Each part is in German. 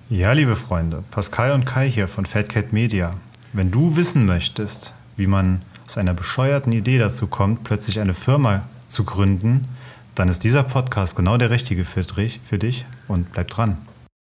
Ja, liebe Freunde, Pascal und Kai hier von Fat Cat Media. Wenn du wissen möchtest, wie man aus einer bescheuerten Idee dazu kommt, plötzlich eine Firma zu gründen, dann ist dieser Podcast genau der richtige für dich und bleib dran.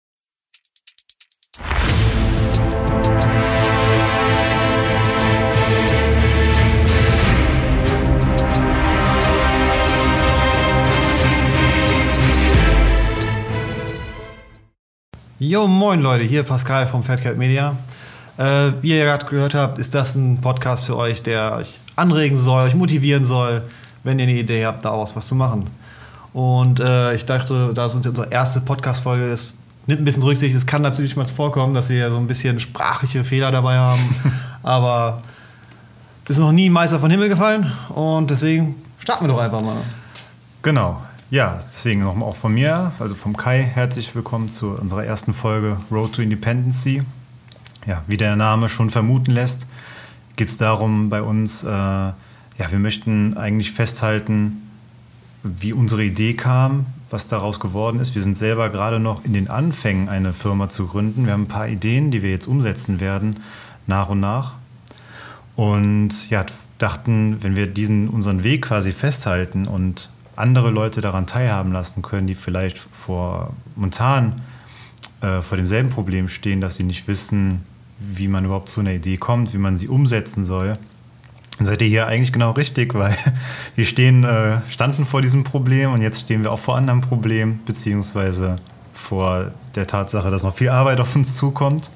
Jo, moin Leute, hier Pascal vom Fat Cat Media. Wie ihr gerade gehört habt, ist das ein Podcast für euch, der euch anregen soll, euch motivieren soll, wenn ihr eine Idee habt, daraus was zu machen. Und ich dachte, da es uns unsere erste Podcast-Folge ist, nimmt ein bisschen Rücksicht. Es kann natürlich mal vorkommen, dass wir so ein bisschen sprachliche Fehler dabei haben, aber ist noch nie ein Meister von Himmel gefallen und deswegen starten wir doch einfach mal. Genau. Ja, deswegen nochmal auch von mir, also vom Kai, herzlich willkommen zu unserer ersten Folge Road to Independency. Ja, wie der Name schon vermuten lässt, geht es darum bei uns, wir möchten eigentlich festhalten, wie unsere Idee kam, was daraus geworden ist. Wir sind selber gerade noch in den Anfängen, eine Firma zu gründen. Wir haben ein paar Ideen, die wir jetzt umsetzen werden, nach und nach. Und ja, dachten, wenn wir unseren Weg quasi festhalten und andere Leute daran teilhaben lassen können, die vielleicht momentan vor demselben Problem stehen, dass sie nicht wissen, wie man überhaupt zu einer Idee kommt, wie man sie umsetzen soll. Dann seid ihr hier eigentlich genau richtig, weil wir standen vor diesem Problem und jetzt stehen wir auch vor anderen Problemen, beziehungsweise vor der Tatsache, dass noch viel Arbeit auf uns zukommt.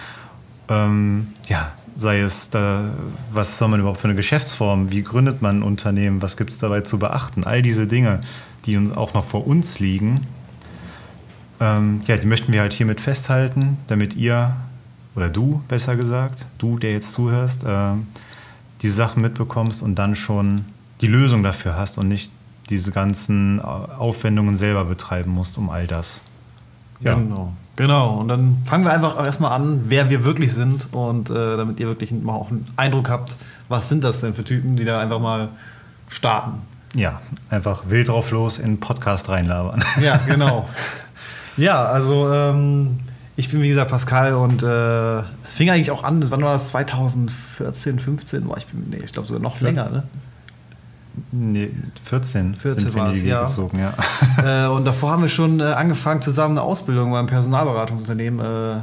Sei es, was soll man überhaupt für eine Geschäftsform, wie gründet man ein Unternehmen, was gibt es dabei zu beachten, all diese Dinge, die uns auch noch vor uns liegen, die möchten wir halt hiermit festhalten, damit ihr, oder du besser gesagt, du, der jetzt zuhörst, diese Sachen mitbekommst und dann schon die Lösung dafür hast und nicht diese ganzen Aufwendungen selber betreiben musst um all das. Ja. Genau, und dann fangen wir einfach erstmal an, wer wir wirklich sind und damit ihr wirklich mal auch einen Eindruck habt, was sind das denn für Typen, die da einfach mal starten. Ja, einfach wild drauf los in einen Podcast reinlabern. Ja, genau. Ja, also ich bin wie gesagt Pascal und es fing eigentlich auch an, wann war das, 2014, 15? Ich glaube sogar noch länger, ne? Nee, 14 sind wir in die WG gezogen, ja. Und davor haben wir schon angefangen, zusammen eine Ausbildung beim Personalberatungsunternehmen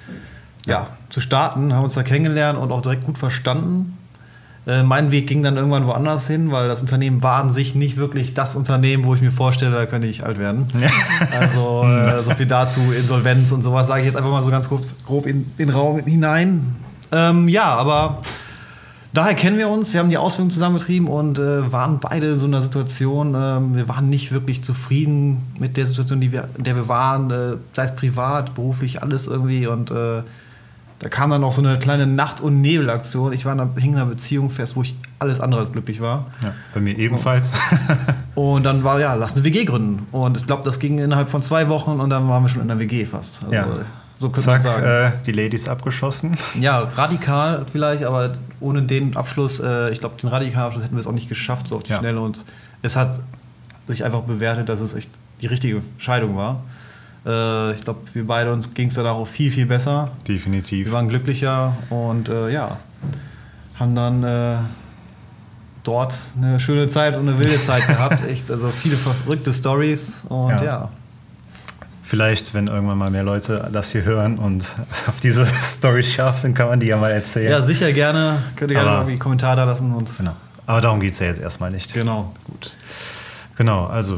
zu starten, haben uns da kennengelernt und auch direkt gut verstanden. Mein Weg ging dann irgendwann woanders hin, weil das Unternehmen war an sich nicht wirklich das Unternehmen, wo ich mir vorstelle, da könnte ich alt werden. Ja. Also so viel dazu, Insolvenz und sowas, sage ich jetzt einfach mal so ganz grob in den Raum hinein. Aber daher kennen wir uns, wir haben die Ausbildung zusammen betrieben und waren beide in so einer Situation, wir waren nicht wirklich zufrieden mit der Situation, in der wir waren, sei es privat, beruflich, alles irgendwie. Und da kam dann noch so eine kleine Nacht- und Nebelaktion. Ich hing in einer Beziehung fest, wo ich alles andere als glücklich war. Ja, bei mir ebenfalls. Und dann war, lass eine WG gründen. Und ich glaube, das ging innerhalb von 2 Wochen und dann waren wir schon in einer WG fast. Also, ja. So könnte man sagen. Die Ladies abgeschossen. Ja, radikal vielleicht, aber ohne den Abschluss, ich glaube, den radikalen Abschluss hätten wir es auch nicht geschafft, so auf die Schnelle. Und es hat sich einfach bewertet, dass es echt die richtige Entscheidung war. Ich glaube, wir beide, uns ging es danach auch viel, viel besser. Definitiv. Wir waren glücklicher und haben dann dort eine schöne Zeit und eine wilde Zeit gehabt. Echt, also viele verrückte Storys und Vielleicht, wenn irgendwann mal mehr Leute das hier hören und auf diese Story scharf sind, kann man die ja mal erzählen. Ja, sicher gerne. Könnt ihr gerne irgendwie einen Kommentar da lassen. Genau. Aber darum geht es ja jetzt erstmal nicht. Genau. Gut. Genau, also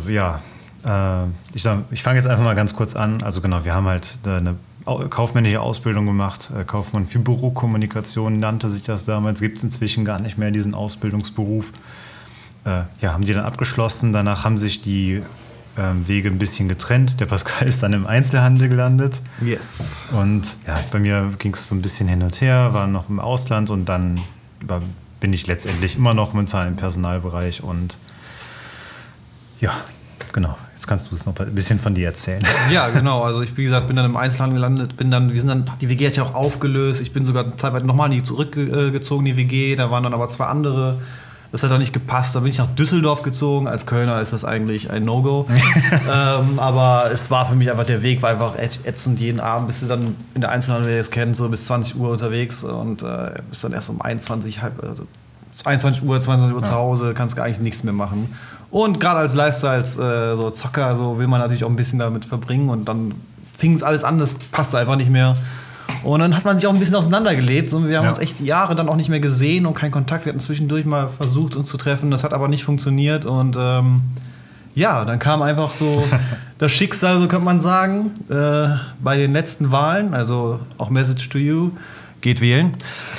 ich fange jetzt einfach mal ganz kurz an. Also genau, wir haben halt eine kaufmännische Ausbildung gemacht. Kaufmann für Bürokommunikation nannte sich das damals. Gibt es inzwischen gar nicht mehr diesen Ausbildungsberuf. Haben die dann abgeschlossen. Danach haben sich die Wege ein bisschen getrennt. Der Pascal ist dann im Einzelhandel gelandet. Yes. Und bei mir ging es so ein bisschen hin und her, war noch im Ausland und dann bin ich letztendlich immer noch momentan im Personalbereich und genau. Jetzt kannst du es noch ein bisschen von dir erzählen. Ja, genau. Also ich, wie gesagt, bin dann im Einzelhandel gelandet. Die WG hat ja auch aufgelöst. Ich bin sogar teilweise nochmal zurückgezogen, die WG. Da waren dann aber 2 andere Das hat auch nicht gepasst. Da bin ich nach Düsseldorf gezogen. Als Kölner ist das eigentlich ein No-Go. Aber es war für mich einfach, der Weg war einfach ätzend. Jeden Abend bist du dann in der Einzelhandel, wer ihr es kennt, so bis 20 Uhr unterwegs und bist dann erst um 21 Uhr zu Hause, kannst gar eigentlich nichts mehr machen. Und gerade als Lifestyle, als so Zocker, so will man natürlich auch ein bisschen damit verbringen und dann fing es alles an, das passte einfach nicht mehr. Und dann hat man sich auch ein bisschen auseinandergelebt und wir haben uns echt Jahre dann auch nicht mehr gesehen und keinen Kontakt. Wir hatten zwischendurch mal versucht, uns zu treffen, das hat aber nicht funktioniert und dann kam einfach so das Schicksal, so könnte man sagen, bei den letzten Wahlen, also auch Message to you, geht wählen.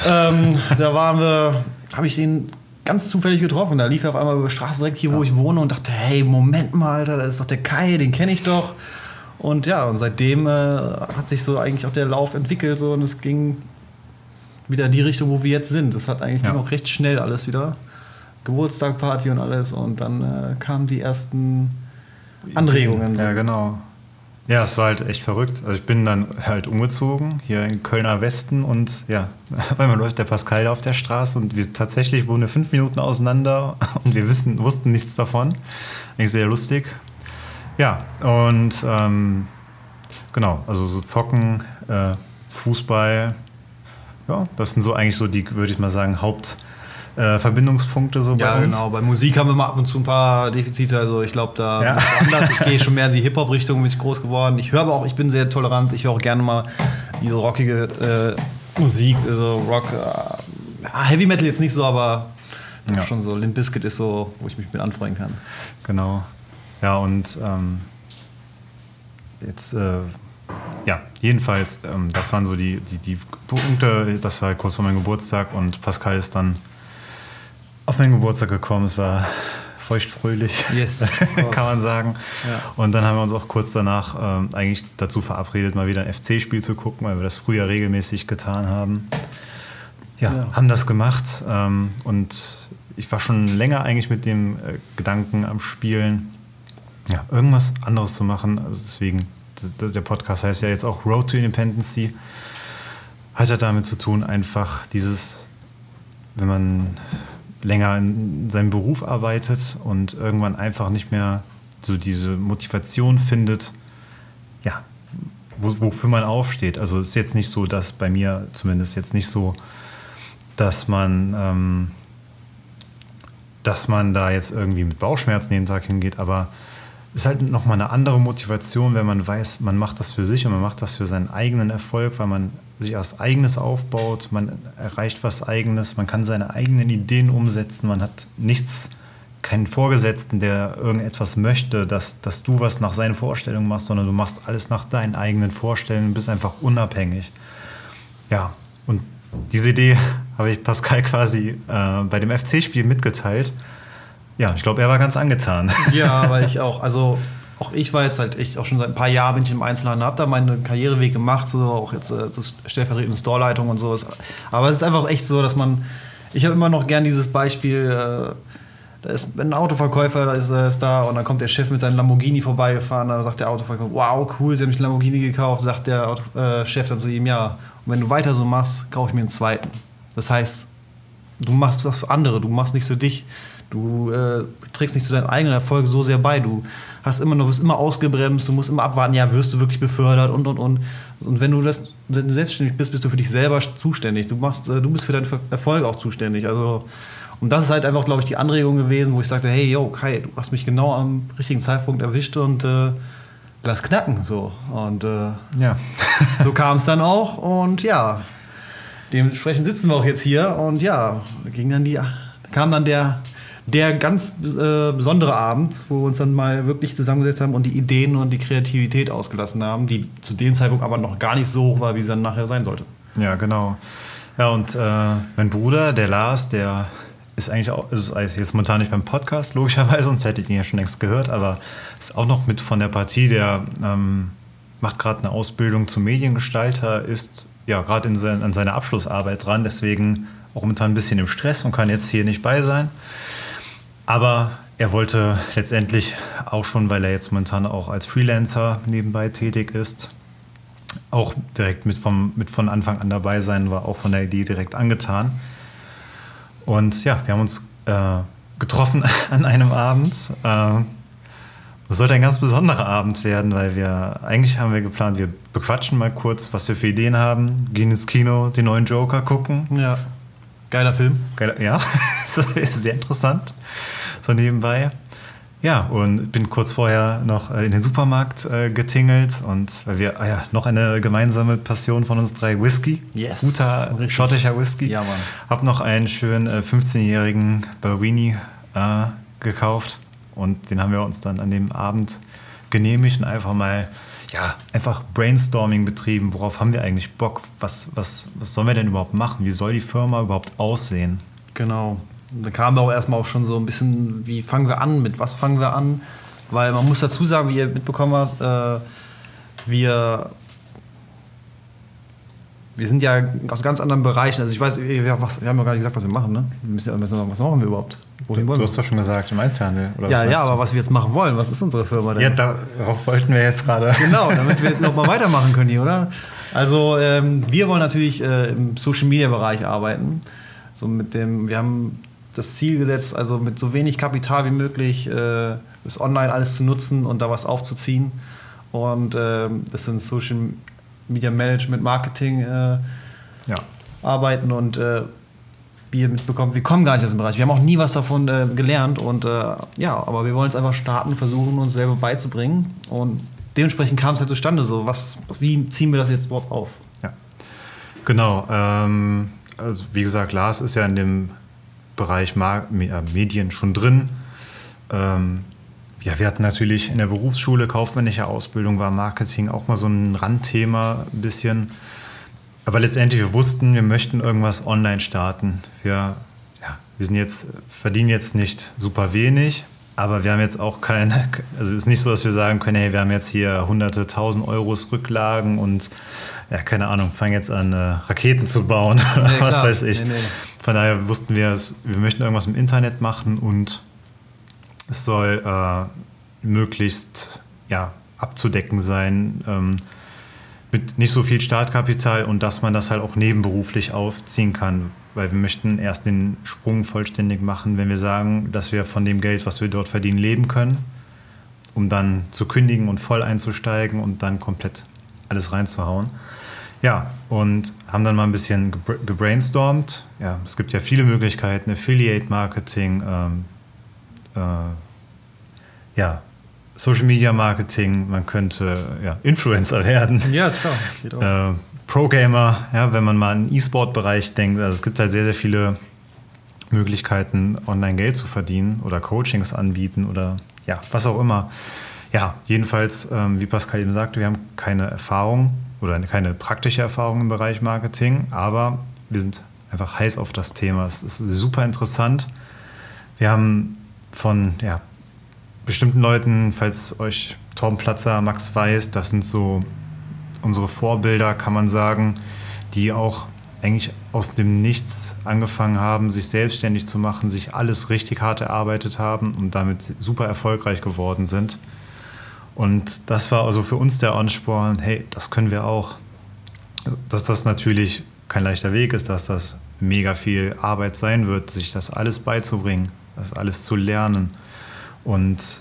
Da habe ich den ganz zufällig getroffen. Da lief er auf einmal über die Straße direkt hier, wo ich wohne und dachte, hey, Moment mal, Alter, das ist doch der Kai, den kenne ich doch. Und und seitdem hat sich so eigentlich auch der Lauf entwickelt so, und es ging wieder in die Richtung, wo wir jetzt sind. Das hat eigentlich ging auch recht schnell alles wieder. Geburtstag, Party und alles und dann kamen die ersten Anregungen. Ja, genau. Ja, es war halt echt verrückt. Also ich bin dann halt umgezogen, hier in Kölner Westen und weil man läuft der Pascal auf der Straße und wir tatsächlich wohnen 5 Minuten auseinander und wir wussten nichts davon. Eigentlich sehr lustig. Ja, und genau, also so Zocken, Fußball, das sind so eigentlich so die, würde ich mal sagen, Hauptverbindungspunkte so bei uns. Ja, genau. Bei Musik haben wir mal ab und zu ein paar Defizite. Also ich glaube, da anders. Ich gehe schon mehr in die Hip-Hop-Richtung, bin ich groß geworden. Ich höre aber auch, ich bin sehr tolerant. Ich höre auch gerne mal diese rockige Musik, also Rock, Heavy Metal jetzt nicht so, aber schon so Limp Bizkit ist so, wo ich mich mit anfreunden kann. Genau. Ja, und jetzt, jedenfalls, das waren so die Punkte, das war kurz vor meinem Geburtstag und Pascal ist dann auf meinen Geburtstag gekommen, es war feuchtfröhlich, kann man sagen. Ja. Und dann haben wir uns auch kurz danach eigentlich dazu verabredet, mal wieder ein FC-Spiel zu gucken, weil wir das früher regelmäßig getan haben. Haben das gemacht und ich war schon länger eigentlich mit dem Gedanken am Spielen, irgendwas anderes zu machen. Also deswegen, der Podcast heißt ja jetzt auch Road to Independency. Hat ja damit zu tun, einfach dieses, wenn man länger in seinem Beruf arbeitet und irgendwann einfach nicht mehr so diese Motivation findet, wofür man aufsteht. Also es ist jetzt nicht so, dass bei mir zumindest jetzt nicht so, dass man da jetzt irgendwie mit Bauchschmerzen jeden Tag hingeht, aber es ist halt nochmal eine andere Motivation, wenn man weiß, man macht das für sich und man macht das für seinen eigenen Erfolg, weil man sich was Eigenes aufbaut, man erreicht was Eigenes, man kann seine eigenen Ideen umsetzen, man hat keinen Vorgesetzten, der irgendetwas möchte, dass du was nach seinen Vorstellungen machst, sondern du machst alles nach deinen eigenen Vorstellungen, bist einfach unabhängig. Ja, und diese Idee habe ich Pascal quasi bei dem FC-Spiel mitgeteilt. Ja, ich glaube, er war ganz angetan. Ja, weil ich auch, also auch ich war jetzt halt echt auch schon seit ein paar Jahren bin ich im Einzelhandel, habe da meinen Karriereweg gemacht, so auch jetzt stellvertretende Storeleitung und so. Aber es ist einfach echt so, dass ich habe immer noch gern dieses Beispiel, da ist ein Autoverkäufer, da ist da und dann kommt der Chef mit seinem Lamborghini vorbeigefahren, da sagt der Autoverkäufer, wow, cool, Sie haben mich einen Lamborghini gekauft, sagt der Chef dann zu ihm, ja, und wenn du weiter so machst, kaufe ich mir einen zweiten. Das heißt, du machst was für andere, du machst nichts für dich. Du trägst nicht zu deinem eigenen Erfolg so sehr bei. Du wirst immer ausgebremst, du musst immer abwarten, wirst du wirklich befördert und. Und wenn du selbstständig bist, bist du für dich selber zuständig. Du bist für deinen Erfolg auch zuständig. Also, und das ist halt einfach, glaube ich, die Anregung gewesen, wo ich sagte, hey, Kai, du hast mich genau am richtigen Zeitpunkt erwischt und lass knacken. So. Und so kam es dann auch. Und dementsprechend sitzen wir auch jetzt hier. Und kam dann der ganz besondere Abend, wo wir uns dann mal wirklich zusammengesetzt haben und die Ideen und die Kreativität ausgelassen haben, die zu dem Zeitpunkt aber noch gar nicht so hoch war, wie sie dann nachher sein sollte. Ja, genau. Ja, und mein Bruder, der Lars, der ist eigentlich auch, ist jetzt momentan nicht beim Podcast, logischerweise, sonst hätte ich ihn ja schon längst gehört, aber ist auch noch mit von der Partie, der macht gerade eine Ausbildung zum Mediengestalter, ist gerade an seiner Abschlussarbeit dran, deswegen auch momentan ein bisschen im Stress und kann jetzt hier nicht bei sein. Aber er wollte letztendlich auch schon, weil er jetzt momentan auch als Freelancer nebenbei tätig ist, auch direkt mit von Anfang an dabei sein, war auch von der Idee direkt angetan. Und wir haben uns getroffen an einem Abend. Das sollte ein ganz besonderer Abend werden, weil eigentlich haben wir geplant, wir bequatschen mal kurz, was wir für Ideen haben, gehen ins Kino, den neuen Joker gucken. Ja, geiler Film. Ja, das ist sehr interessant, so nebenbei. Ja, und bin kurz vorher noch in den Supermarkt getingelt und weil wir noch eine gemeinsame Passion von uns 3, Whisky. Yes. Guter schottischer Whisky. Ja, Mann. Hab noch einen schönen 15-jährigen Balvenie gekauft und den haben wir uns dann an dem Abend genehmigt und einfach mal einfach Brainstorming betrieben. Worauf haben wir eigentlich Bock? Was sollen wir denn überhaupt machen? Wie soll die Firma überhaupt aussehen? Genau. Da kam auch erstmal auch schon so ein bisschen, wie fangen wir an, mit was fangen wir an? Weil man muss dazu sagen, wie ihr mitbekommen habt, wir sind ja aus ganz anderen Bereichen. Also ich weiß, wir haben ja gar nicht gesagt, was wir machen, ne? Was machen wir überhaupt? Du hast doch schon gesagt, im Einzelhandel. Oder ja, aber was wir jetzt machen wollen, was ist unsere Firma denn? Ja, darauf wollten wir jetzt gerade. Genau, damit wir jetzt noch mal weitermachen können hier, oder? Also wir wollen natürlich im Social-Media-Bereich arbeiten. So wir haben das Ziel gesetzt, also mit so wenig Kapital wie möglich das Online alles zu nutzen und da was aufzuziehen. Und das sind Social Media Management, Marketing arbeiten und wie ihr mitbekommt, wir kommen gar nicht aus dem Bereich. Wir haben auch nie was davon gelernt und aber wir wollen es einfach starten, versuchen uns selber beizubringen und dementsprechend kam es halt zustande. So, wie ziehen wir das jetzt überhaupt auf? Ja, genau. Also wie gesagt, Lars ist ja in dem Bereich Medien schon drin. Wir hatten natürlich in der Berufsschule kaufmännische Ausbildung, war Marketing auch mal so ein Randthema ein bisschen. Aber letztendlich, wir wussten, wir möchten irgendwas online starten. Wir verdienen jetzt nicht super wenig, aber wir haben jetzt auch also es ist nicht so, dass wir sagen können, hey, wir haben jetzt hier hunderte, 1000 Euros Rücklagen und keine Ahnung, fangen jetzt an, Raketen zu bauen, was weiß ich. Nee. Von daher wussten wir möchten irgendwas im Internet machen und es soll möglichst abzudecken sein mit nicht so viel Startkapital und dass man das halt auch nebenberuflich aufziehen kann, weil wir möchten erst den Sprung vollständig machen, wenn wir sagen, dass wir von dem Geld, was wir dort verdienen, leben können, um dann zu kündigen und voll einzusteigen und dann komplett alles reinzuhauen. Ja, und haben dann mal ein bisschen gebrainstormt. Ja, es gibt ja viele Möglichkeiten, Affiliate-Marketing, Social-Media-Marketing, man könnte Influencer werden. Ja, klar. Pro-Gamer, wenn man mal in E-Sport-Bereich denkt. Also es gibt halt sehr, sehr viele Möglichkeiten, online Geld zu verdienen oder Coachings anbieten oder was auch immer. Ja, jedenfalls, wie Pascal eben sagte, wir haben keine Erfahrung oder keine praktische Erfahrung im Bereich Marketing, aber wir sind einfach heiß auf das Thema. Es ist super interessant. Wir haben von bestimmten Leuten, falls euch Torben Platzer, Max Weiß, das sind so unsere Vorbilder, kann man sagen, die auch eigentlich aus dem Nichts angefangen haben, sich selbstständig zu machen, sich alles richtig hart erarbeitet haben und damit super erfolgreich geworden sind. Und das war also für uns der Ansporn, hey, das können wir auch. Dass das natürlich kein leichter Weg ist, dass das mega viel Arbeit sein wird, sich das alles beizubringen, das alles zu lernen und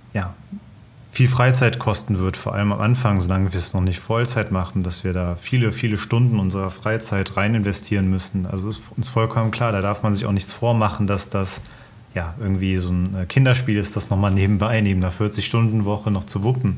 viel Freizeit kosten wird, vor allem am Anfang, solange wir es noch nicht Vollzeit machen, dass wir da viele, viele Stunden unserer Freizeit rein investieren müssen. Also ist uns vollkommen klar, da darf man sich auch nichts vormachen, dass das irgendwie so ein Kinderspiel ist, das nochmal nebenbei, neben einer 40-Stunden-Woche noch zu wuppen.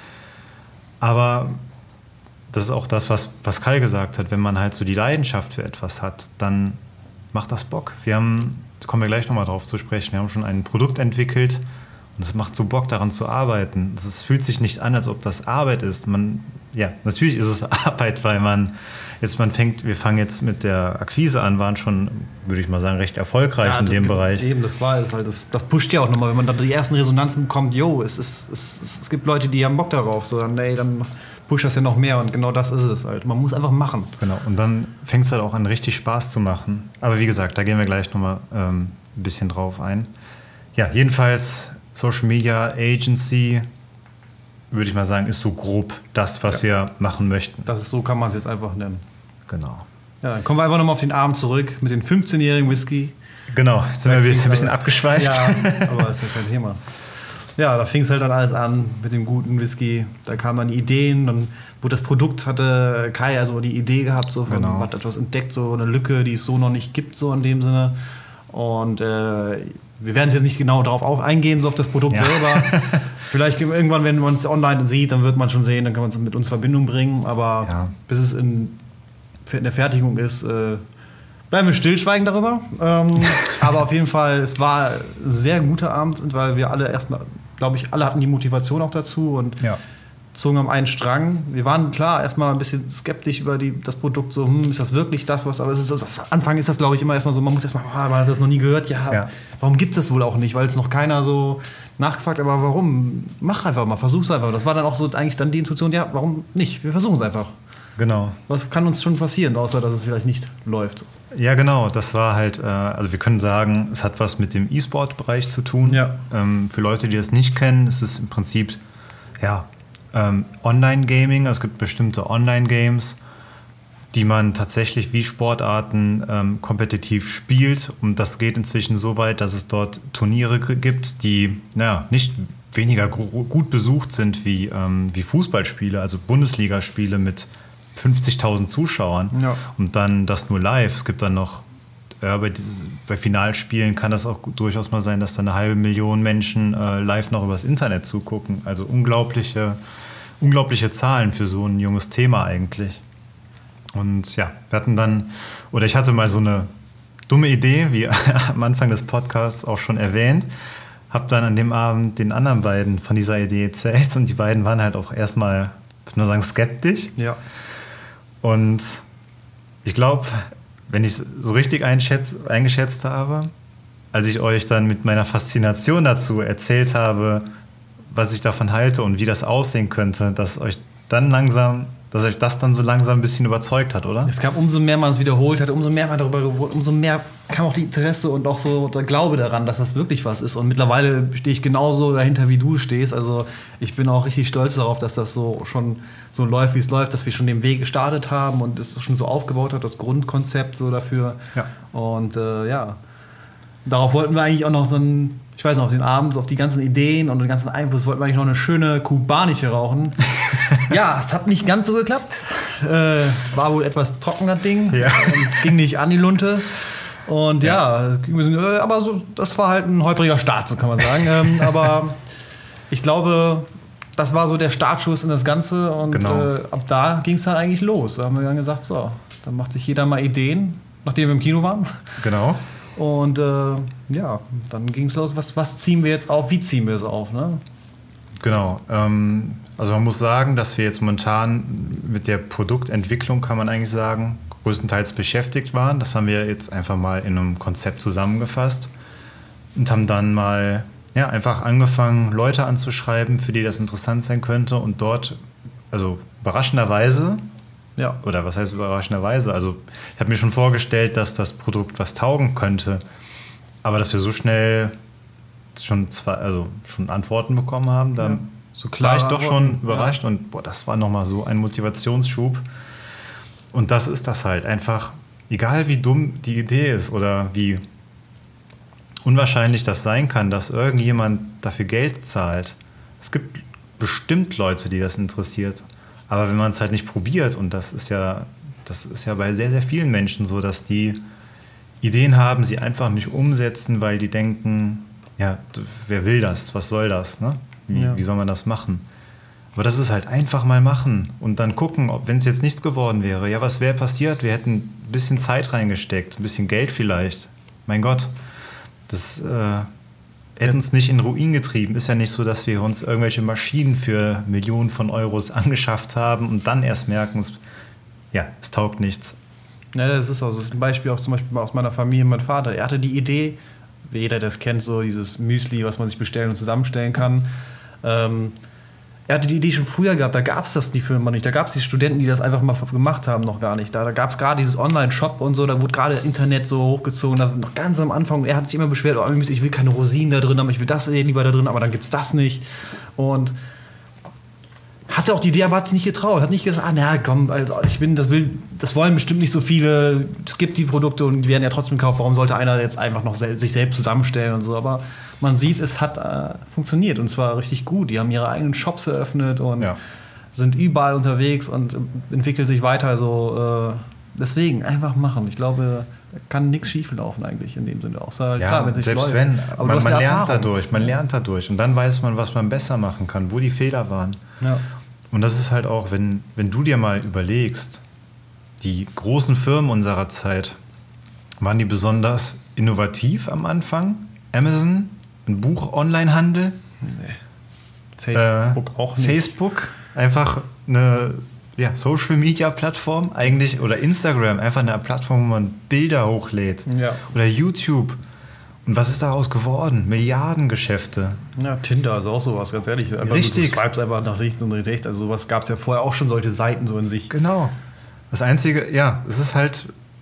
Aber das ist auch das, was Pascal gesagt hat, wenn man halt so die Leidenschaft für etwas hat, dann macht das Bock. Da kommen wir gleich nochmal drauf zu sprechen, wir haben schon ein Produkt entwickelt und es macht so Bock, daran zu arbeiten. Es fühlt sich nicht an, als ob das Arbeit ist. Natürlich ist es Arbeit, weil wir fangen jetzt mit der Akquise an, waren schon, würde ich mal sagen, recht erfolgreich in dem Bereich. Eben, das war es halt. Das pusht ja auch nochmal, wenn man dann die ersten Resonanzen bekommt, es gibt Leute, die haben Bock darauf, so dann pusht das ja noch mehr und genau das ist es halt. Man muss einfach machen. Genau, und dann fängt es halt auch an, richtig Spaß zu machen. Aber wie gesagt, da gehen wir gleich nochmal ein bisschen drauf ein. Ja, jedenfalls Social Media Agency, würde ich mal sagen, ist so grob das, was wir machen möchten. So kann man es jetzt einfach nennen. Genau. Ja, dann kommen wir einfach nochmal auf den Abend zurück mit den 15-jährigen Whisky. Genau, jetzt sind wir ein bisschen abgeschweift. Ja, aber ist ja kein Thema. Ja, da fing es halt dann alles an mit dem guten Whisky. Da kamen dann die Ideen, dann wurde das Produkt, hatte Kai also die Idee gehabt, so von, hat etwas entdeckt, so eine Lücke, die es so noch nicht gibt, so in dem Sinne. Und wir werden jetzt nicht genau darauf eingehen, so auf das Produkt selber. Vielleicht irgendwann, wenn man es online sieht, dann wird man schon sehen, dann kann man es mit uns in Verbindung bringen. Aber bis es in der Fertigung ist, bleiben wir stillschweigen darüber. Aber auf jeden Fall, es war ein sehr guter Abend, weil wir alle erstmal, glaube ich, alle hatten die Motivation auch dazu und zogen am einen Strang. Wir waren klar erstmal ein bisschen skeptisch über das Produkt, so, ist das wirklich das, was, aber es ist, am Anfang ist das, glaube ich, immer erstmal so, man muss erstmal, man hat das noch nie gehört, warum gibt es das wohl auch nicht, weil es noch keiner so nachgefragt, aber warum? Mach einfach mal, versuch's einfach. Das war dann auch so eigentlich dann die Intuition, warum nicht? Wir versuchen es einfach. Genau. Was kann uns schon passieren, außer dass es vielleicht nicht läuft? Ja, genau. Das war halt, also wir können sagen, es hat was mit dem E-Sport-Bereich zu tun. Ja. Für Leute, die das nicht kennen, es ist im Prinzip, Online-Gaming. Es gibt bestimmte Online-Games, die man tatsächlich wie Sportarten kompetitiv spielt. Und das geht inzwischen so weit, dass es dort Turniere gibt, die nicht weniger gut besucht sind wie Fußballspiele, also Bundesligaspiele mit 50.000 Zuschauern und dann das nur live. Es gibt dann noch, bei Finalspielen kann das auch durchaus mal sein, dass dann 500.000 Menschen live noch übers Internet zugucken. Also unglaubliche Zahlen für so ein junges Thema eigentlich. Und wir hatten dann, oder ich hatte mal so eine dumme Idee, wie am Anfang des Podcasts auch schon erwähnt, habe dann an dem Abend den anderen beiden von dieser Idee erzählt und die beiden waren halt auch erstmal, ich würde nur sagen, skeptisch. Ja. Und ich glaube, wenn ich es so richtig eingeschätzt habe, als ich euch dann mit meiner Faszination dazu erzählt habe, was ich davon halte und wie das aussehen könnte, dass euch das dann so langsam ein bisschen überzeugt hat, oder? Es kam, umso mehr man es wiederholt hat, umso mehr man darüber gewusst, umso mehr kam auch die Interesse und auch so der Glaube daran, dass das wirklich was ist. Und mittlerweile stehe ich genauso dahinter, wie du stehst. Also ich bin auch richtig stolz darauf, dass das so schon so läuft, wie es läuft, dass wir schon den Weg gestartet haben und es schon so aufgebaut hat, das Grundkonzept so dafür. Ja. Und darauf wollten wir eigentlich auch noch so ein, ich weiß noch, auf den Abend, auf die ganzen Ideen und den ganzen Einfluss wollten wir eigentlich noch eine schöne kubanische rauchen. Ja, es hat nicht ganz so geklappt. War wohl etwas trockener Ding. Ja. Ging nicht an die Lunte. Und aber so, das war halt ein holpriger Start, so kann man sagen. Aber ich glaube, das war so der Startschuss in das Ganze. Und ab da ging es dann eigentlich los. Da haben wir dann gesagt, so, dann macht sich jeder mal Ideen, nachdem wir im Kino waren. Genau. Und dann ging es los, was ziehen wir jetzt auf, wie ziehen wir es auf, ne? Genau, also man muss sagen, dass wir jetzt momentan mit der Produktentwicklung, kann man eigentlich sagen, größtenteils beschäftigt waren. Das haben wir jetzt einfach mal in einem Konzept zusammengefasst und haben dann mal einfach angefangen, Leute anzuschreiben, für die das interessant sein könnte und dort, also überraschenderweise, oder was heißt überraschenderweise? Also ich habe mir schon vorgestellt, dass das Produkt was taugen könnte, aber dass wir so schnell schon Antworten bekommen haben, dann so klar war ich doch schon überrascht und das war nochmal so ein Motivationsschub. Und das ist das halt einfach, egal wie dumm die Idee ist oder wie unwahrscheinlich das sein kann, dass irgendjemand dafür Geld zahlt. Es gibt bestimmt Leute, die das interessiert. Aber wenn man es halt nicht probiert, und das ist ja bei sehr, sehr vielen Menschen so, dass die Ideen haben, sie einfach nicht umsetzen, weil die denken, wer will das? Was soll das? Ne? Wie soll man das machen? Aber das ist halt einfach mal machen und dann gucken, wenn es jetzt nichts geworden wäre, was wäre passiert? Wir hätten ein bisschen Zeit reingesteckt, ein bisschen Geld vielleicht. Mein Gott, das hätte uns nicht in Ruin getrieben. Ist ja nicht so, dass wir uns irgendwelche Maschinen für Millionen von Euros angeschafft haben und dann erst merken, es taugt nichts. Ja, das ist ein Beispiel auch zum Beispiel aus meiner Familie, mein Vater. Er hatte die Idee, wie jeder das kennt, so dieses Müsli, was man sich bestellen und zusammenstellen kann. Er hatte die Idee schon früher gehabt, da gab es die Firma nicht. Da gab es die Studenten, die das einfach mal gemacht haben, noch gar nicht. Da gab es gerade dieses Online-Shop und so, da wurde gerade Internet so hochgezogen, das noch ganz am Anfang. Er hat sich immer beschwert, ich will keine Rosinen da drin haben, ich will das lieber da drin, aber dann gibt es das nicht. Und hatte auch die Idee, aber hat sich nicht getraut. Hat nicht gesagt, komm, also das wollen bestimmt nicht so viele. Es gibt die Produkte und die werden ja trotzdem gekauft. Warum sollte einer jetzt einfach noch sich selbst zusammenstellen und so? Aber man sieht, es hat funktioniert und zwar richtig gut. Die haben ihre eigenen Shops eröffnet und sind überall unterwegs und entwickeln sich weiter. Also deswegen einfach machen. Ich glaube, da kann nichts schief laufen eigentlich in dem Sinne. Außer klar, wenn es nicht selbst läuft. wenn. Aber Man lernt dadurch. Und dann weiß man, was man besser machen kann, wo die Fehler waren. Ja. Und das ist halt auch, wenn du dir mal überlegst, die großen Firmen unserer Zeit, waren die besonders innovativ am Anfang? Amazon, ein Buch-Online-Handel? Nee. Facebook auch nicht. Facebook, einfach eine Social-Media-Plattform eigentlich, oder Instagram, einfach eine Plattform, wo man Bilder hochlädt. Ja. Oder YouTube. Und was ist daraus geworden? Milliardengeschäfte. Ja, Tinder ist auch sowas, ganz ehrlich. Richtig. Du swipes einfach nach links und rechts. Also sowas gab es ja vorher auch schon, solche Seiten so in sich. Genau. Das Einzige, es ist halt,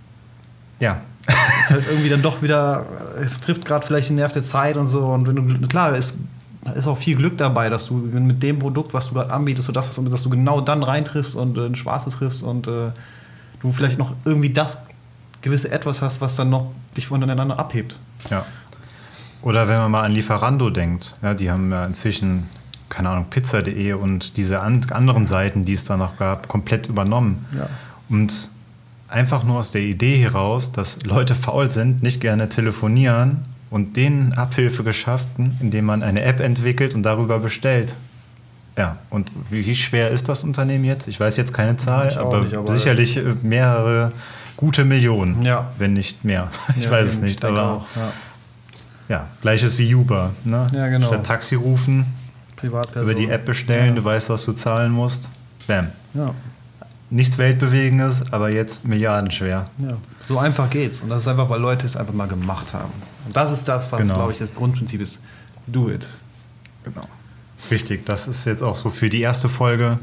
Es ist halt irgendwie dann doch wieder, es trifft gerade vielleicht den Nerv der Zeit und so. Und wenn du, klar, ist auch viel Glück dabei, dass du mit dem Produkt, was du gerade anbietest, dass du genau dann reintriffst und ein Schwarzes triffst und du vielleicht noch irgendwie das gewisse Etwas hast, was dann noch dich voneinander abhebt. Ja. Oder wenn man mal an Lieferando denkt, die haben ja inzwischen, keine Ahnung, Pizza.de und diese anderen Seiten, die es da noch gab, komplett übernommen. Ja. Und einfach nur aus der Idee heraus, dass Leute faul sind, nicht gerne telefonieren und denen Abhilfe geschaffen, indem man eine App entwickelt und darüber bestellt. Ja, und wie schwer ist das Unternehmen jetzt? Ich weiß jetzt keine Zahl, aber sicherlich mehrere gute Millionen, wenn nicht mehr. Ich weiß es nicht, aber auch, gleiches wie Uber. Ne? Ja, genau. Statt Taxi rufen, Privatperson. über die App bestellen, du weißt, was du zahlen musst. Bam. Ja. Nichts Weltbewegendes, aber jetzt milliardenschwer. Ja, so einfach geht's. Und das ist einfach, weil Leute es einfach mal gemacht haben. Und das ist das, was, glaube ich, das Grundprinzip ist. Do it. Genau. Richtig, das ist jetzt auch so für die erste Folge.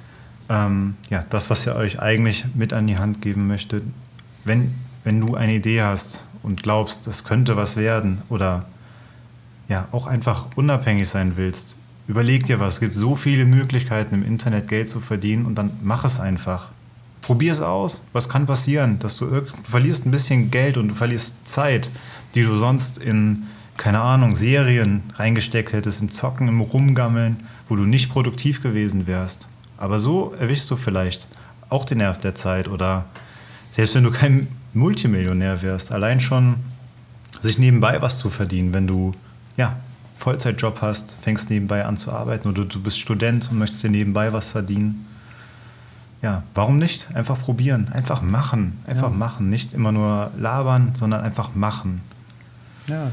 Das, was wir euch eigentlich mit an die Hand geben möchte. Wenn du eine Idee hast und glaubst, das könnte was werden oder auch einfach unabhängig sein willst, überleg dir was. Es gibt so viele Möglichkeiten im Internet Geld zu verdienen und dann mach es einfach. Probier es aus. Was kann passieren? Du verlierst ein bisschen Geld und du verlierst Zeit, die du sonst in, keine Ahnung, Serien reingesteckt hättest, im Zocken, im Rumgammeln, wo du nicht produktiv gewesen wärst. Aber so erwischst du vielleicht auch den Nerv der Zeit oder selbst wenn du kein Multimillionär wärst, allein schon sich nebenbei was zu verdienen, wenn du Vollzeitjob hast, fängst nebenbei an zu arbeiten oder du bist Student und möchtest dir nebenbei was verdienen. Ja, warum nicht? Einfach probieren, einfach machen, machen. Nicht immer nur labern, sondern einfach machen. Ja.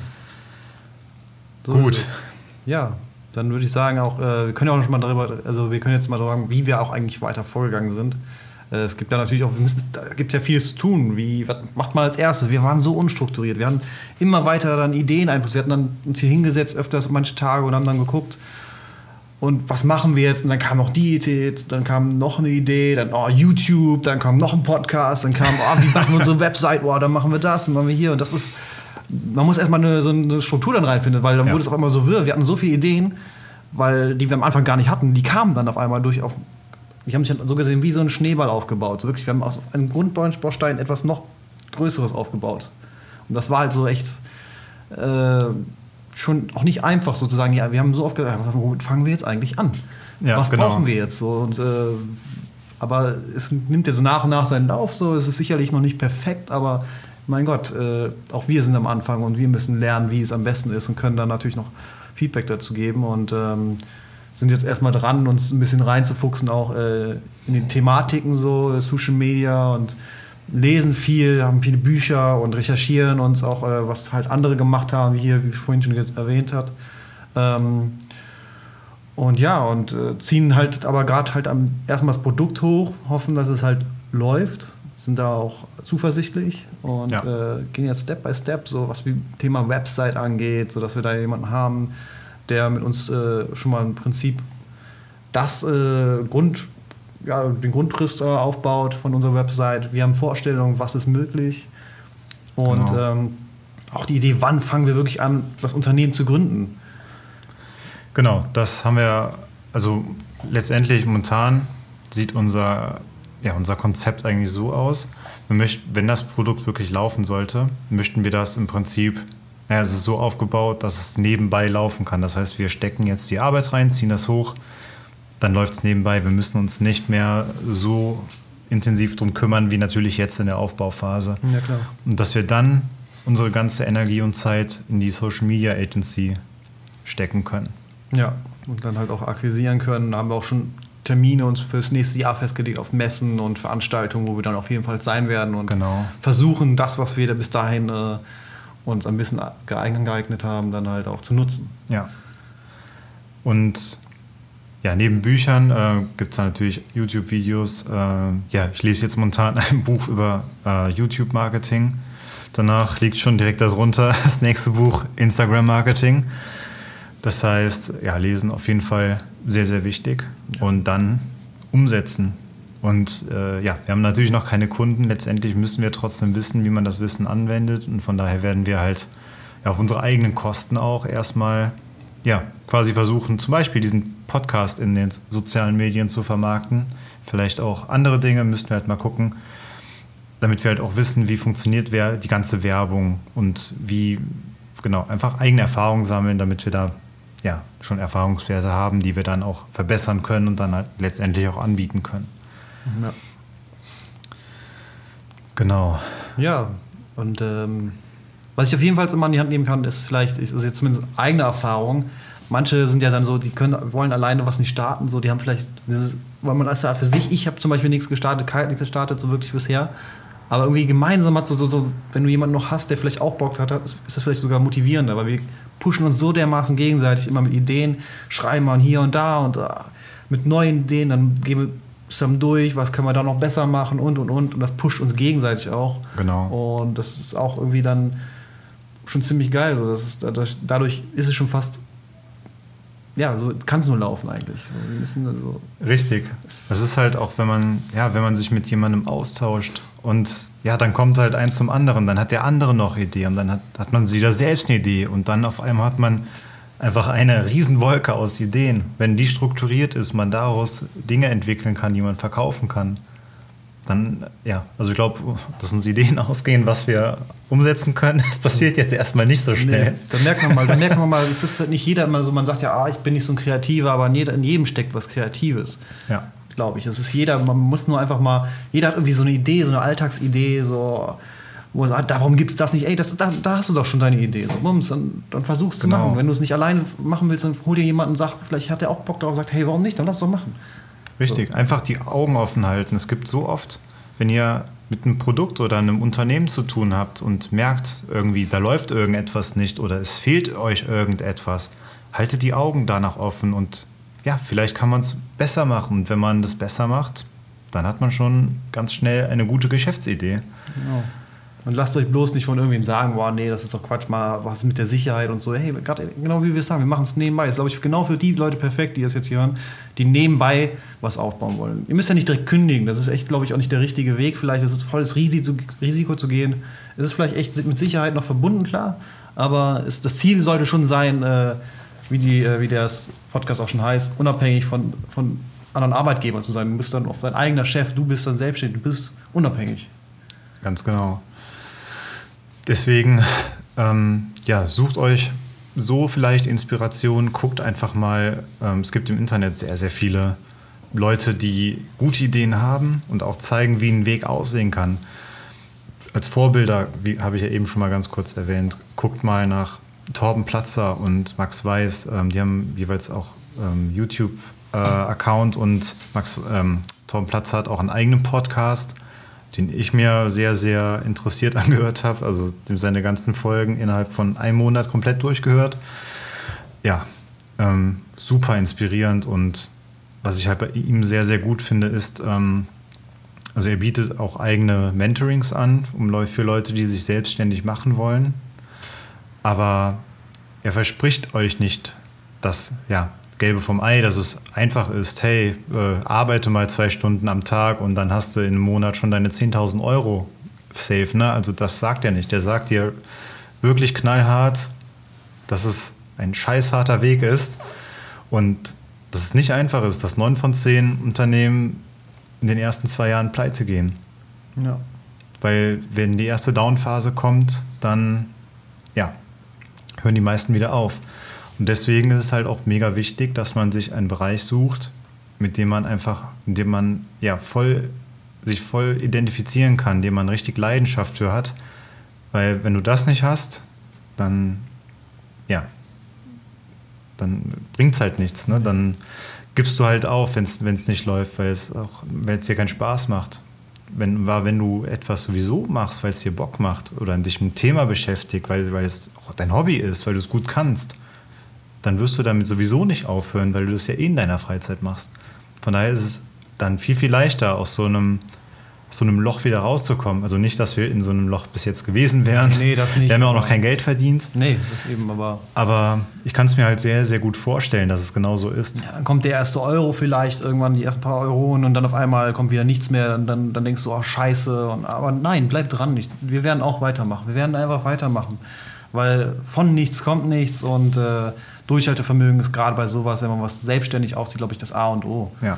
So gut. Ja, dann würde ich sagen auch, wir können ja auch noch mal wir können jetzt mal sagen, wie wir auch eigentlich weiter vorgegangen sind. Es gibt da natürlich auch, da gibt es ja vieles zu tun. Was macht man als erstes? Wir waren so unstrukturiert. Wir haben immer weiter dann Ideen einfluss. Wir hatten dann uns hier hingesetzt öfters manche Tage und haben dann geguckt, und was machen wir jetzt? Und dann kam noch die Idee, dann kam noch eine Idee, dann YouTube, dann kam noch ein Podcast, dann kam, wie machen wir unsere Website? Dann machen wir das und machen wir hier. Und das ist, man muss erstmal so eine Struktur dann reinfinden, weil dann wurde es auf einmal so wirr. Wir hatten so viele Ideen, die wir am Anfang gar nicht hatten. Die kamen dann auf einmal wir haben sich so gesehen wie so ein Schneeball aufgebaut. So wirklich, wir haben aus einem Grundbaustein etwas noch Größeres aufgebaut. Und das war halt so echt schon auch nicht einfach sozusagen. Ja, wir haben so oft gedacht, womit fangen wir jetzt eigentlich an? Was brauchen wir jetzt? So, und, aber es nimmt ja so nach und nach seinen Lauf. So. Es ist sicherlich noch nicht perfekt, aber mein Gott, auch wir sind am Anfang und wir müssen lernen, wie es am besten ist und können dann natürlich noch Feedback dazu geben und sind jetzt erstmal dran, uns ein bisschen reinzufuchsen, auch in den Thematiken, so Social Media, und lesen viel, haben viele Bücher und recherchieren uns auch, was halt andere gemacht haben, wie vorhin schon erwähnt hat. Und ziehen halt aber gerade halt erstmal das Produkt hoch, hoffen, dass es halt läuft, sind da auch zuversichtlich und gehen jetzt Step by Step, so was wie Thema Website angeht, sodass wir da jemanden haben, der mit uns schon mal im Prinzip den Grundriss aufbaut von unserer Website. Wir haben Vorstellungen, was ist möglich. Und auch die Idee, wann fangen wir wirklich an, das Unternehmen zu gründen. Genau, das haben wir also letztendlich momentan sieht unser Konzept eigentlich so aus. Wenn das Produkt wirklich laufen sollte, möchten wir das im Prinzip, es ist so aufgebaut, dass es nebenbei laufen kann. Das heißt, wir stecken jetzt die Arbeit rein, ziehen das hoch, dann läuft es nebenbei. Wir müssen uns nicht mehr so intensiv drum kümmern, wie natürlich jetzt in der Aufbauphase. Ja, klar. Und dass wir dann unsere ganze Energie und Zeit in die Social Media Agency stecken können. Ja, und dann halt auch akquirieren können. Da haben wir auch schon Termine uns fürs nächste Jahr festgelegt auf Messen und Veranstaltungen, wo wir dann auf jeden Fall sein werden und versuchen, das, was wir da bis dahin uns ein bisschen geeignet haben, dann halt auch zu nutzen. Ja. Und ja, neben Büchern gibt es natürlich YouTube-Videos. Ich lese jetzt momentan ein Buch über YouTube-Marketing. Danach liegt schon direkt darunter das nächste Buch Instagram-Marketing. Das heißt, lesen auf jeden Fall sehr, sehr wichtig. Ja. Und dann umsetzen. Und wir haben natürlich noch keine Kunden. Letztendlich müssen wir trotzdem wissen, wie man das Wissen anwendet. Und von daher werden wir halt auf unsere eigenen Kosten auch erstmal quasi versuchen, zum Beispiel diesen Podcast in den sozialen Medien zu vermarkten. Vielleicht auch andere Dinge, müssten wir halt mal gucken, damit wir halt auch wissen, wie funktioniert die ganze Werbung und wie, einfach eigene Erfahrungen sammeln, damit wir da schon Erfahrungswerte haben, die wir dann auch verbessern können und dann halt letztendlich auch anbieten können. Ja. Genau. Ja, und was ich auf jeden Fall immer in die Hand nehmen kann, ist vielleicht, ist jetzt zumindest eigene Erfahrung. Manche sind ja dann so, wollen alleine was nicht starten, so, die haben vielleicht, weil man das für sich, ich habe zum Beispiel nichts gestartet, so wirklich bisher. Aber irgendwie gemeinsam hat so, wenn du jemanden noch hast, der vielleicht auch Bock hat, ist das vielleicht sogar motivierender, weil wir pushen uns so dermaßen gegenseitig immer mit Ideen, schreiben mal hier und da und mit neuen Ideen, dann gehen wir zusammen durch, was können wir da noch besser machen und das pusht uns gegenseitig auch. Genau. Und das ist auch irgendwie dann schon ziemlich geil. So, dadurch ist es schon fast, so kann es nur laufen eigentlich. So, wir müssen Richtig. Das ist halt auch, wenn man sich mit jemandem austauscht und dann kommt halt eins zum anderen, dann hat der andere noch Idee und dann hat man wieder selbst eine Idee und dann auf einmal hat man einfach eine Riesenwolke aus Ideen. Wenn die strukturiert ist, man daraus Dinge entwickeln kann, die man verkaufen kann, dann, also ich glaube, dass uns Ideen ausgehen, was wir umsetzen können, das passiert jetzt erstmal nicht so schnell. Nee, dann merkt man mal, es ist halt nicht jeder immer so, man sagt ich bin nicht so ein Kreativer, aber in jedem steckt was Kreatives. Ja. Glaube ich. Es ist man muss nur einfach mal, jeder hat irgendwie so eine Idee, so eine Alltagsidee, so, wo er sagt, warum gibt es das nicht? Ey, da hast du doch schon deine Idee. So, Bums, dann versuch's zu machen. Wenn du es nicht alleine machen willst, dann hol dir jemanden und sag, vielleicht hat er auch Bock darauf und sagt, hey, warum nicht? Dann lass es doch machen. Richtig, einfach die Augen offen halten. Es gibt so oft, wenn ihr mit einem Produkt oder einem Unternehmen zu tun habt und merkt irgendwie, da läuft irgendetwas nicht oder es fehlt euch irgendetwas, haltet die Augen danach offen und vielleicht kann man es besser machen. Und wenn man das besser macht, dann hat man schon ganz schnell eine gute Geschäftsidee. Genau. Und lasst euch bloß nicht von irgendwem sagen, nee, das ist doch Quatsch, mal was mit der Sicherheit und so. Hey, gerade genau wie wir es sagen, wir machen es nebenbei. Das ist, glaube ich, genau für die Leute perfekt, die das jetzt hier hören, die nebenbei was aufbauen wollen. Ihr müsst ja nicht direkt kündigen. Das ist echt, glaube ich, auch nicht der richtige Weg. Vielleicht ist es volles Risiko zu gehen. Es ist vielleicht echt mit Sicherheit noch verbunden, klar. Aber das Ziel sollte schon sein, wie der Podcast auch schon heißt, unabhängig von anderen Arbeitgebern zu sein. Du bist dann auch dein eigener Chef, du bist dann selbstständig, du bist unabhängig. Ganz genau. Deswegen, sucht euch so vielleicht Inspiration, guckt einfach mal, es gibt im Internet sehr, sehr viele Leute, die gute Ideen haben und auch zeigen, wie ein Weg aussehen kann. Als Vorbilder, wie habe ich ja eben schon mal ganz kurz erwähnt, guckt mal nach Torben Platzer und Max Weiß, die haben jeweils auch YouTube-Account und Torben Platzer hat auch einen eigenen Podcast, den ich mir sehr, sehr interessiert angehört habe, also seine ganzen Folgen innerhalb von einem Monat komplett durchgehört. Ja, super inspirierend und was ich halt bei ihm sehr, sehr gut finde, ist, also er bietet auch eigene Mentorings an, für Leute, die sich selbstständig machen wollen. Aber er verspricht euch nicht das Gelbe vom Ei, dass es einfach ist, hey, arbeite mal 2 Stunden am Tag und dann hast du in einem Monat schon deine 10.000 Euro safe. Ne? Also das sagt er nicht. Der sagt dir wirklich knallhart, dass es ein scheißharter Weg ist. Und dass es nicht einfach ist, dass 9 von 10 Unternehmen in den ersten 2 Jahren pleite gehen. Ja. Weil wenn die erste Downphase kommt, dann hören die meisten wieder auf. Und deswegen ist es halt auch mega wichtig, dass man sich einen Bereich sucht, in dem man sich voll identifizieren kann, in dem man richtig Leidenschaft für hat. Weil wenn du das nicht hast, dann bringt es halt nichts. Ne? Dann gibst du halt auf, wenn es nicht läuft, weil es dir keinen Spaß macht. Wenn du etwas sowieso machst, weil es dir Bock macht oder dich mit dem Thema beschäftigt, weil es auch dein Hobby ist, weil du es gut kannst, dann wirst du damit sowieso nicht aufhören, weil du das ja in deiner Freizeit machst. Von daher ist es dann viel, viel leichter, aus so einem Loch wieder rauszukommen. Also nicht, dass wir in so einem Loch bis jetzt gewesen wären. Nee, das nicht. Wir haben ja auch noch kein Geld verdient. Nee, das eben, aber... Aber ich kann es mir halt sehr, sehr gut vorstellen, dass es genau so ist. Ja, dann kommt der erste Euro vielleicht, irgendwann die ersten paar Euronen und dann auf einmal kommt wieder nichts mehr und dann denkst du, oh scheiße. Aber nein, bleib dran. Wir werden auch weitermachen. Wir werden einfach weitermachen. Weil von nichts kommt nichts und Durchhaltevermögen ist gerade bei sowas, wenn man was selbstständig aufzieht, glaube ich, das A und O. Ja.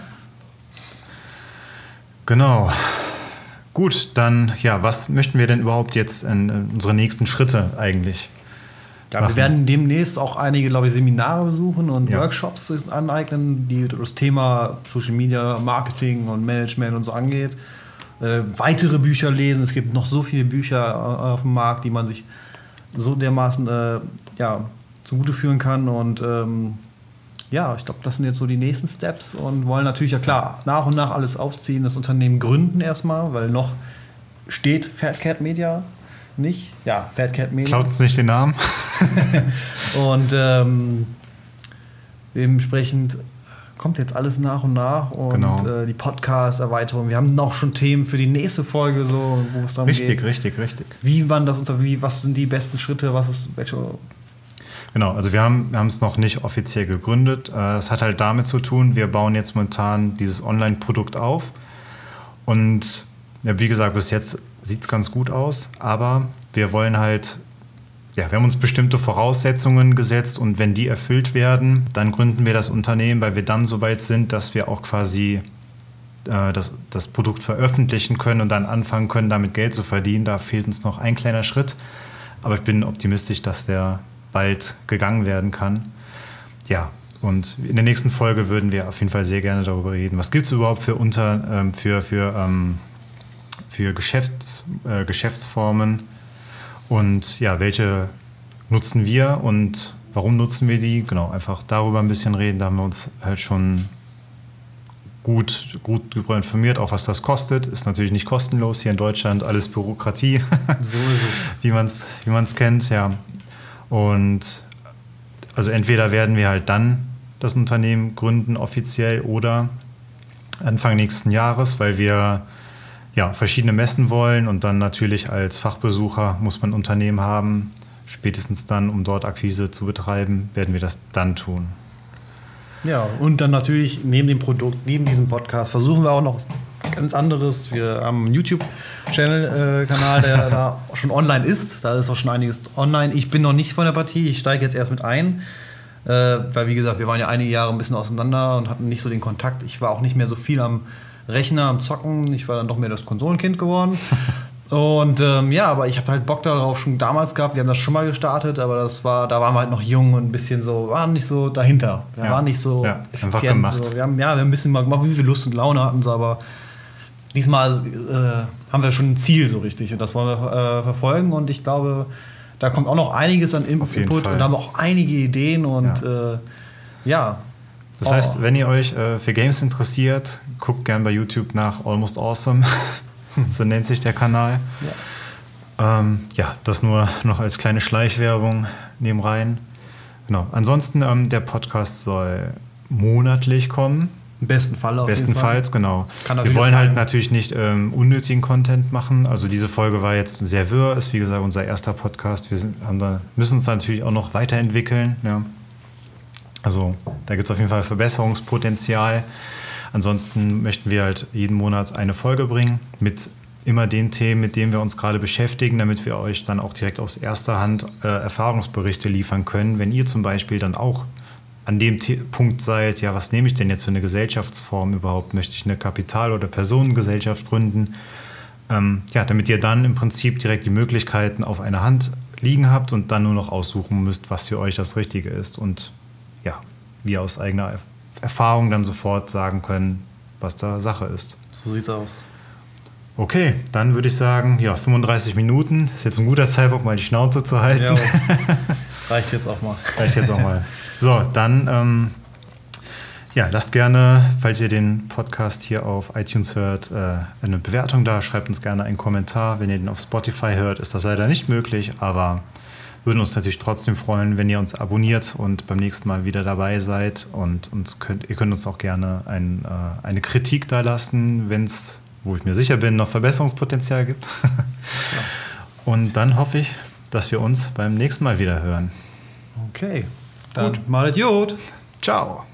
Genau. Gut, dann, was möchten wir denn überhaupt jetzt in unsere nächsten Schritte eigentlich machen? Wir werden demnächst auch einige, glaube ich, Seminare besuchen und Workshops aneignen, die das Thema Social Media, Marketing und Management und so angeht. Weitere Bücher lesen. Es gibt noch so viele Bücher auf dem Markt, die man sich so dermaßen zugute führen kann. Und ich glaube, das sind jetzt so die nächsten Steps und wollen natürlich, nach und nach alles aufziehen, das Unternehmen gründen erstmal, weil noch steht Fat Cat Media nicht. Ja, Fat Cat Media. Klaut uns nicht den Namen. Und dementsprechend kommt jetzt alles nach und nach und die Podcast-Erweiterung. Wir haben noch schon Themen für die nächste Folge, so, wo es darum geht. Richtig. Was sind die besten Schritte, welche... Genau, also wir haben es noch nicht offiziell gegründet. Es hat halt damit zu tun, wir bauen jetzt momentan dieses Online-Produkt auf. Und wie gesagt, bis jetzt sieht es ganz gut aus, aber wir wollen halt, wir haben uns bestimmte Voraussetzungen gesetzt und wenn die erfüllt werden, dann gründen wir das Unternehmen, weil wir dann so weit sind, dass wir auch quasi das Produkt veröffentlichen können und dann anfangen können, damit Geld zu verdienen. Da fehlt uns noch ein kleiner Schritt, aber ich bin optimistisch, dass der bald gegangen werden kann. Ja, und in der nächsten Folge würden wir auf jeden Fall sehr gerne darüber reden. Was gibt es überhaupt für Geschäftsformen und welche nutzen wir und warum nutzen wir die? Genau, einfach darüber ein bisschen reden. Da haben wir uns halt schon gut darüber informiert, auch was das kostet. Ist natürlich nicht kostenlos. Hier in Deutschland alles Bürokratie. So ist es. Wie man's kennt, ja. Und also entweder werden wir halt dann das Unternehmen gründen offiziell oder Anfang nächsten Jahres, weil wir verschiedene Messen wollen und dann natürlich als Fachbesucher muss man ein Unternehmen haben. Spätestens dann, um dort Akquise zu betreiben, werden wir das dann tun. Ja, und dann natürlich neben diesem Podcast versuchen wir auch noch was ganz anderes. Wir haben einen YouTube-Kanal, der da schon online ist. Da ist auch schon einiges online. Ich bin noch nicht von der Partie. Ich steige jetzt erst mit ein. Weil, wie gesagt, wir waren ja einige Jahre ein bisschen auseinander und hatten nicht so den Kontakt. Ich war auch nicht mehr so viel am Rechner, am Zocken. Ich war dann doch mehr das Konsolenkind geworden. Und aber ich habe halt Bock darauf schon damals gehabt. Wir haben das schon mal gestartet, aber da waren wir halt noch jung und ein bisschen so, waren nicht so dahinter. Wir waren nicht so effizient. Gemacht. So. Wir haben ein bisschen mal gemacht, wie viel Lust und Laune hatten sie, aber diesmal haben wir schon ein Ziel so richtig und das wollen wir verfolgen und ich glaube, da kommt auch noch einiges an Input und da haben wir auch einige Ideen und Das heißt, wenn ihr euch für Games interessiert, guckt gerne bei YouTube nach Almost Awesome. So nennt sich der Kanal. Das nur noch als kleine Schleichwerbung nebenrein. Genau. Ansonsten, der Podcast soll monatlich kommen. Im besten Fall auf jeden Fall. Bestenfalls, genau. Wir wollen halt natürlich nicht unnötigen Content machen. Also diese Folge war jetzt sehr wirr, ist wie gesagt unser erster Podcast. Wir müssen uns natürlich auch noch weiterentwickeln. Ja. Also da gibt es auf jeden Fall Verbesserungspotenzial. Ansonsten möchten wir halt jeden Monat eine Folge bringen mit immer den Themen, mit denen wir uns gerade beschäftigen, damit wir euch dann auch direkt aus erster Hand Erfahrungsberichte liefern können, wenn ihr zum Beispiel dann auch an dem Punkt seid, ja, was nehme ich denn jetzt für eine Gesellschaftsform überhaupt? Möchte ich eine Kapital- oder Personengesellschaft gründen? Damit ihr dann im Prinzip direkt die Möglichkeiten auf einer Hand liegen habt und dann nur noch aussuchen müsst, was für euch das Richtige ist. Und ja, wir aus eigener Erfahrung dann sofort sagen können, was da Sache ist. So sieht's aus. Okay, dann würde ich sagen, 35 Minuten. Ist jetzt ein guter Zeitpunkt, mal die Schnauze zu halten. Ja, reicht jetzt auch mal. So, dann lasst gerne, falls ihr den Podcast hier auf iTunes hört, eine Bewertung da. Schreibt uns gerne einen Kommentar. Wenn ihr den auf Spotify hört, ist das leider nicht möglich, aber würden uns natürlich trotzdem freuen, wenn ihr uns abonniert und beim nächsten Mal wieder dabei seid. Und ihr könnt uns auch gerne eine Kritik da lassen, wenn es, wo ich mir sicher bin, noch Verbesserungspotenzial gibt. Ja. Und dann hoffe ich, dass wir uns beim nächsten Mal wieder hören. Okay, dann malet Jod. Ciao.